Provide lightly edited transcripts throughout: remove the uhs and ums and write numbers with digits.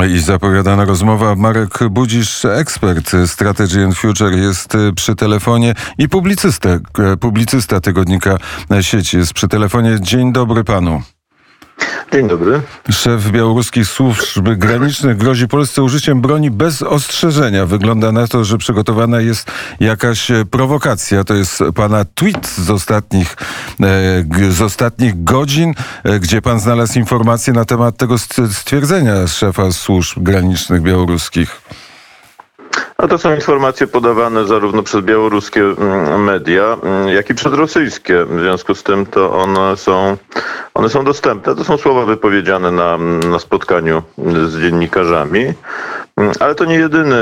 I zapowiadana rozmowa. Marek Budzisz, ekspert Strategy and Future, jest przy telefonie i publicysta tygodnika Sieci jest przy telefonie. Dzień dobry panu. Dzień dobry. Szef białoruskich służb granicznych grozi Polsce użyciem broni bez ostrzeżenia. Wygląda na to, że przygotowana jest jakaś prowokacja. To jest pana tweet z ostatnich godzin, gdzie pan znalazł informacje na temat tego stwierdzenia szefa służb granicznych białoruskich. A to są informacje podawane zarówno przez białoruskie media, jak i przez rosyjskie. W związku z tym to one są dostępne. To są słowa wypowiedziane na spotkaniu z dziennikarzami. Ale to nie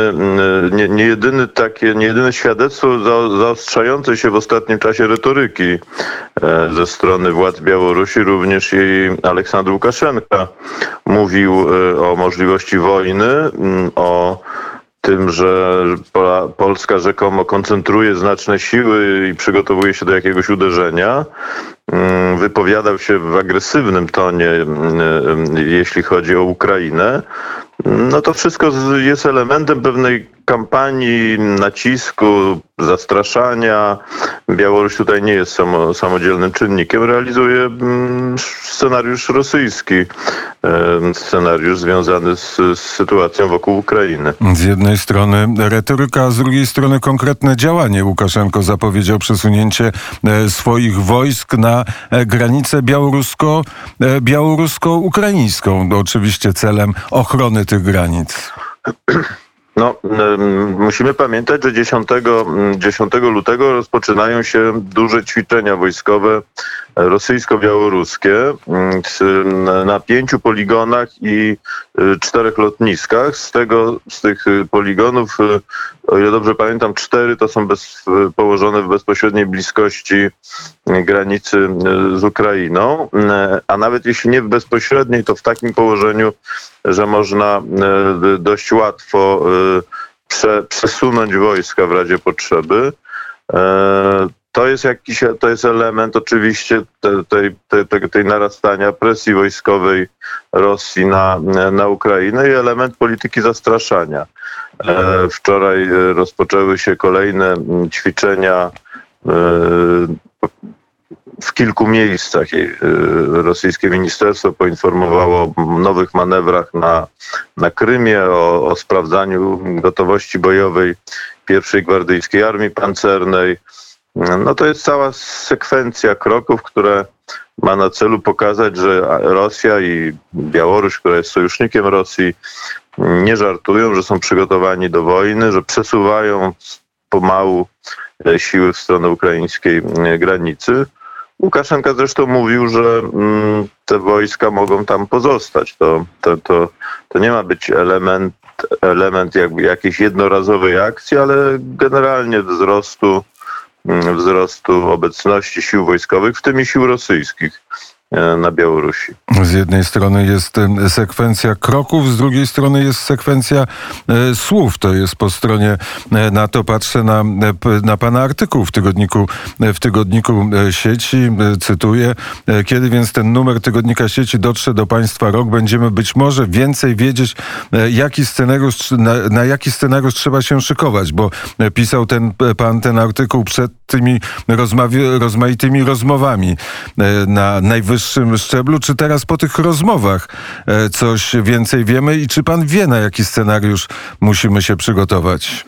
jedyne świadectwo zaostrzającej się w ostatnim czasie retoryki ze strony władz Białorusi. Również i Aleksandr Łukaszenka mówił o możliwości wojny, o tym, że Polska rzekomo koncentruje znaczne siły i przygotowuje się do jakiegoś uderzenia. Wypowiadał się w agresywnym tonie, jeśli chodzi o Ukrainę. No to wszystko jest elementem pewnej kampanii nacisku, zastraszania. Białoruś tutaj nie jest samodzielnym czynnikiem. Realizuje scenariusz rosyjski, scenariusz związany z sytuacją wokół Ukrainy. Z jednej strony retoryka, a z drugiej strony konkretne działanie. Łukaszenko zapowiedział przesunięcie swoich wojsk na granicę białorusko-ukraińską. Oczywiście celem ochrony tych granic. No, musimy pamiętać, że 10 lutego rozpoczynają się duże ćwiczenia wojskowe rosyjsko-białoruskie na 5 poligonach i 4 lotniskach. Z tych poligonów, o ile dobrze pamiętam, 4 to są położone w bezpośredniej bliskości granicy z Ukrainą, a nawet jeśli nie w bezpośredniej, to w takim położeniu, że można dość łatwo przesunąć wojska w razie potrzeby. To jest element oczywiście tej narastania presji wojskowej Rosji na Ukrainę i element polityki zastraszania. Wczoraj rozpoczęły się kolejne ćwiczenia w kilku miejscach. Rosyjskie ministerstwo poinformowało o nowych manewrach na Krymie, o sprawdzaniu gotowości bojowej pierwszej Gwardyjskiej Armii Pancernej. No to jest cała sekwencja kroków, które ma na celu pokazać, że Rosja i Białoruś, która jest sojusznikiem Rosji, nie żartują, że są przygotowani do wojny, że przesuwają pomału siły w stronę ukraińskiej granicy. Łukaszenka zresztą mówił, że te wojska mogą tam pozostać. To nie ma być element jakby jakiejś jednorazowej akcji, ale generalnie wzrostu obecności sił wojskowych, w tym i sił rosyjskich na Białorusi. Z jednej strony jest sekwencja kroków, z drugiej strony jest sekwencja słów. To jest po stronie NATO. Patrzę na pana artykuł w tygodniku Sieci. Cytuję. Kiedy więc ten numer tygodnika Sieci dotrze do państwa rok, będziemy być może więcej wiedzieć, na jaki scenariusz trzeba się szykować, bo pisał ten artykuł przed tymi rozmaitymi rozmowami na najwyższym szczeblu. Czy teraz po tych rozmowach coś więcej wiemy i czy pan wie, na jaki scenariusz musimy się przygotować?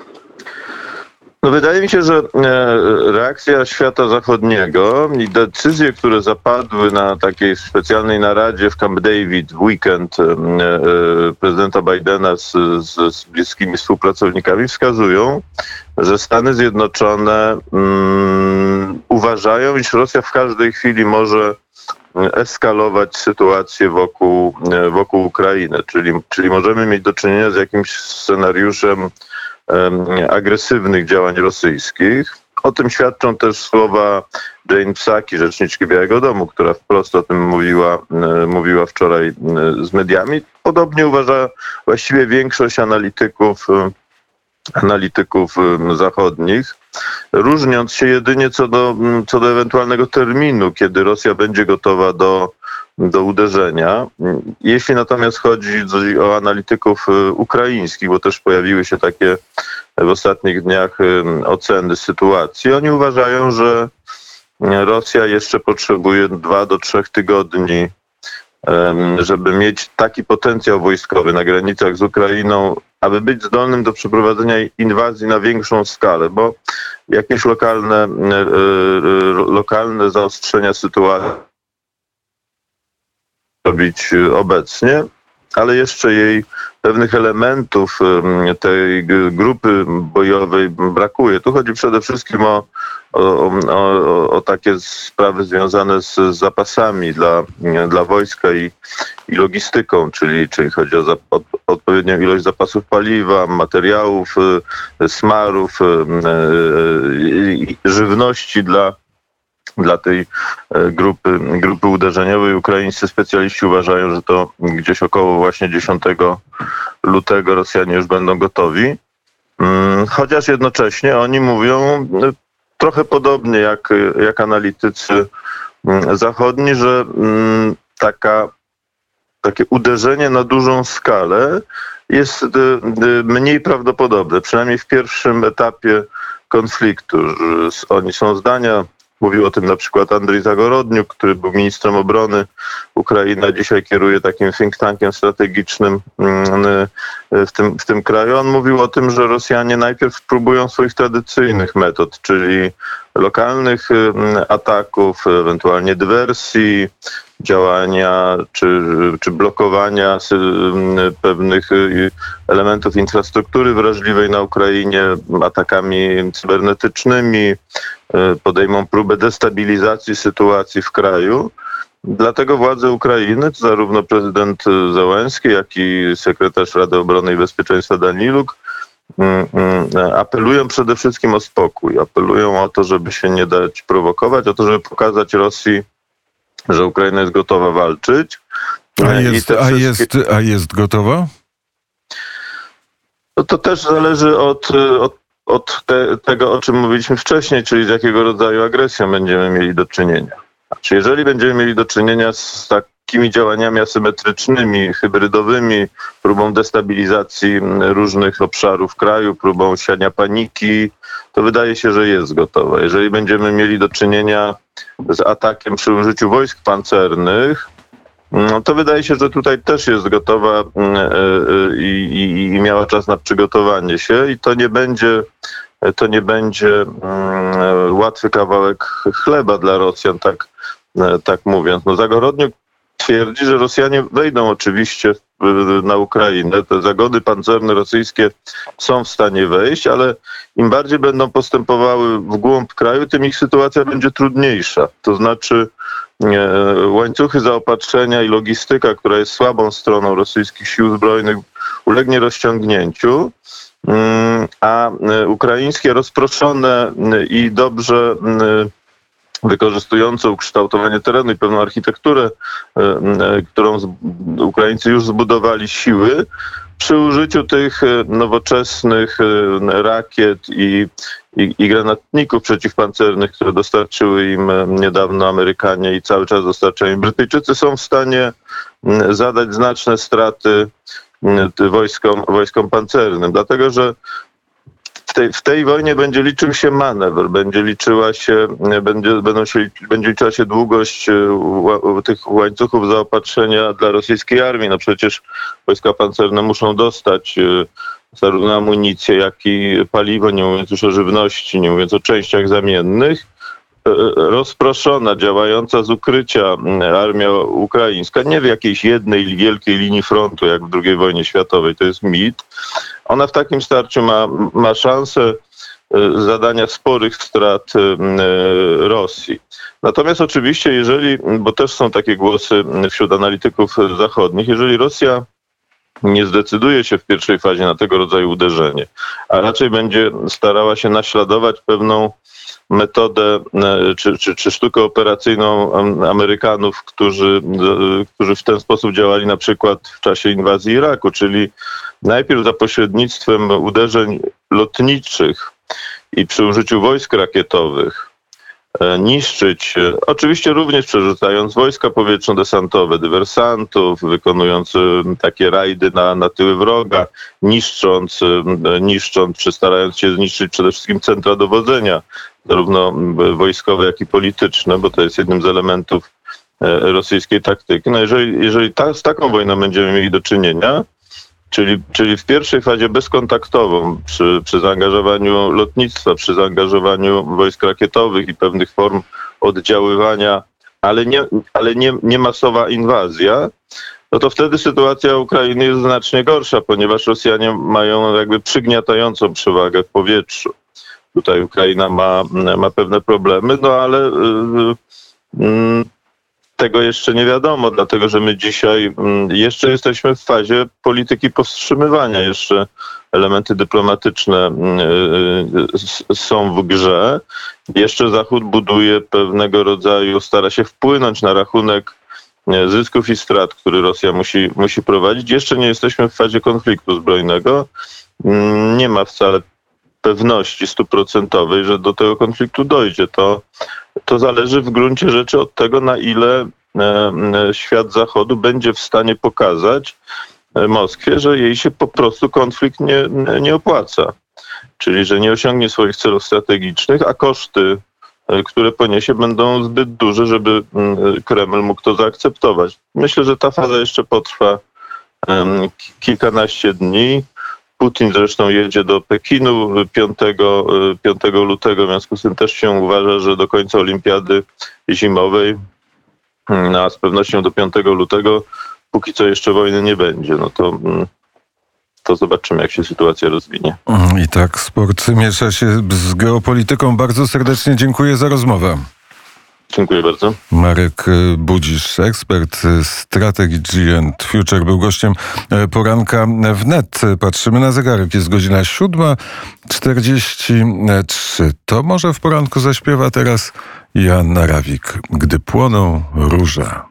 No wydaje mi się, że reakcja świata zachodniego i decyzje, które zapadły na takiej specjalnej naradzie w Camp David w weekend prezydenta Bidena z bliskimi współpracownikami wskazują, że Stany Zjednoczone uważają, iż Rosja w każdej chwili może eskalować sytuację wokół Ukrainy. Czyli możemy mieć do czynienia z jakimś scenariuszem agresywnych działań rosyjskich. O tym świadczą też słowa Jen Psaki, rzeczniczki Białego Domu, która wprost o tym mówiła wczoraj z mediami. Podobnie uważa właściwie większość analityków zachodnich, różniąc się jedynie co do ewentualnego terminu, kiedy Rosja będzie gotowa do uderzenia. Jeśli natomiast chodzi o analityków ukraińskich, bo też pojawiły się takie w ostatnich dniach oceny sytuacji, oni uważają, że Rosja jeszcze potrzebuje 2 do 3 tygodni, żeby mieć taki potencjał wojskowy na granicach z Ukrainą, aby być zdolnym do przeprowadzenia inwazji na większą skalę, bo jakieś lokalne zaostrzenia sytuacji robić obecnie, ale jeszcze jej pewnych elementów tej grupy bojowej brakuje. Tu chodzi przede wszystkim o takie sprawy związane z zapasami dla wojska i logistyką, czyli chodzi o odpowiednią ilość zapasów paliwa, materiałów, smarów, żywności dla tej grupy uderzeniowej. Ukraińscy specjaliści uważają, że to gdzieś około właśnie 10 lutego Rosjanie już będą gotowi. Chociaż jednocześnie oni mówią trochę podobnie jak analitycy zachodni, że takie uderzenie na dużą skalę jest mniej prawdopodobne, przynajmniej w pierwszym etapie konfliktu. Oni są zdania, mówił o tym na przykład Andrzej Zagorodniuk, który był ministrem obrony Ukrainy, a dzisiaj kieruje takim think tankiem strategicznym w tym kraju. On mówił o tym, że Rosjanie najpierw próbują swoich tradycyjnych metod, czyli lokalnych ataków, ewentualnie dywersji, działania czy blokowania pewnych elementów infrastruktury wrażliwej na Ukrainie atakami cybernetycznymi, podejmą próbę destabilizacji sytuacji w kraju. Dlatego władze Ukrainy, zarówno prezydent Zełenski, jak i sekretarz Rady Obrony i Bezpieczeństwa Daniluk, apelują przede wszystkim o spokój. Apelują o to, żeby się nie dać prowokować, o to, żeby pokazać Rosji, że Ukraina jest gotowa walczyć. A jest gotowa? No to też zależy od tego, o czym mówiliśmy wcześniej, czyli z jakiego rodzaju agresją będziemy mieli do czynienia. Znaczy, jeżeli będziemy mieli do czynienia z takimi działaniami asymetrycznymi, hybrydowymi, próbą destabilizacji różnych obszarów kraju, próbą siania paniki, to wydaje się, że jest gotowa. Jeżeli będziemy mieli do czynienia z atakiem przy użyciu wojsk pancernych, no to wydaje się, że tutaj też jest gotowa i miała czas na przygotowanie się i to nie będzie łatwy kawałek chleba dla Rosjan, tak mówiąc. No Zagorodniuk twierdzi, że Rosjanie wejdą oczywiście na Ukrainę. Te zagody pancerne rosyjskie są w stanie wejść, ale im bardziej będą postępowały w głąb kraju, tym ich sytuacja będzie trudniejsza. To znaczy łańcuchy zaopatrzenia i logistyka, która jest słabą stroną rosyjskich sił zbrojnych, ulegnie rozciągnięciu, a ukraińskie rozproszone i dobrze wykorzystujące ukształtowanie terenu i pewną architekturę, którą Ukraińcy już zbudowali siły, przy użyciu tych nowoczesnych rakiet i granatników przeciwpancernych, które dostarczyły im niedawno Amerykanie i cały czas dostarczają im Brytyjczycy, są w stanie zadać znaczne straty wojskom pancernym. Dlatego, że w tej wojnie będzie liczył się manewr, będzie liczyła się długość tych łańcuchów zaopatrzenia dla rosyjskiej armii. No przecież wojska pancerne muszą dostać zarówno amunicję, jak i paliwo, nie mówiąc już o żywności, nie mówiąc o częściach zamiennych. Rozproszona, działająca z ukrycia armia ukraińska, nie w jakiejś jednej wielkiej linii frontu, jak w II wojnie światowej, to jest mit. Ona w takim starciu ma szansę zadania sporych strat Rosji. Natomiast oczywiście, bo też są takie głosy wśród analityków zachodnich, jeżeli Rosja nie zdecyduje się w pierwszej fazie na tego rodzaju uderzenie, a raczej będzie starała się naśladować pewną metodę czy sztukę operacyjną Amerykanów, którzy w ten sposób działali na przykład w czasie inwazji Iraku, czyli najpierw za pośrednictwem uderzeń lotniczych i przy użyciu wojsk rakietowych niszczyć, oczywiście również przerzucając wojska powietrzno-desantowe, dywersantów, wykonując takie rajdy na tyły wroga, niszcząc, czy starając się zniszczyć przede wszystkim centra dowodzenia, zarówno wojskowe, jak i polityczne, bo to jest jednym z elementów rosyjskiej taktyki. No jeżeli z taką wojną będziemy mieli do czynienia, czyli w pierwszej fazie bezkontaktową, przy zaangażowaniu lotnictwa, przy zaangażowaniu wojsk rakietowych i pewnych form oddziaływania, ale nie masowa inwazja, no to wtedy sytuacja Ukrainy jest znacznie gorsza, ponieważ Rosjanie mają jakby przygniatającą przewagę w powietrzu. Tutaj Ukraina ma pewne problemy, no ale tego jeszcze nie wiadomo, dlatego że my dzisiaj jeszcze jesteśmy w fazie polityki powstrzymywania. Jeszcze elementy dyplomatyczne są w grze. Jeszcze Zachód buduje pewnego rodzaju, stara się wpłynąć na rachunek zysków i strat, który Rosja musi prowadzić. Jeszcze nie jesteśmy w fazie konfliktu zbrojnego. Nie ma wcale pewności 100%, że do tego konfliktu dojdzie. To zależy w gruncie rzeczy od tego, na ile świat Zachodu będzie w stanie pokazać Moskwie, że jej się po prostu konflikt nie opłaca. Czyli, że nie osiągnie swoich celów strategicznych, a koszty, które poniesie, będą zbyt duże, żeby Kreml mógł to zaakceptować. Myślę, że ta faza jeszcze potrwa kilkanaście dni. Putin zresztą jedzie do Pekinu 5 lutego, w związku z tym też się uważa, że do końca olimpiady zimowej, a z pewnością do 5 lutego, póki co jeszcze wojny nie będzie. No to zobaczymy, jak się sytuacja rozwinie. I tak sport miesza się z geopolityką. Bardzo serdecznie dziękuję za rozmowę. Dziękuję bardzo. Marek Budzisz, ekspert strategii G&T Future, był gościem poranka wnet. Patrzymy na zegarek, jest godzina 7:43. To może w poranku zaśpiewa teraz Joanna Rawik, Gdy płoną róże.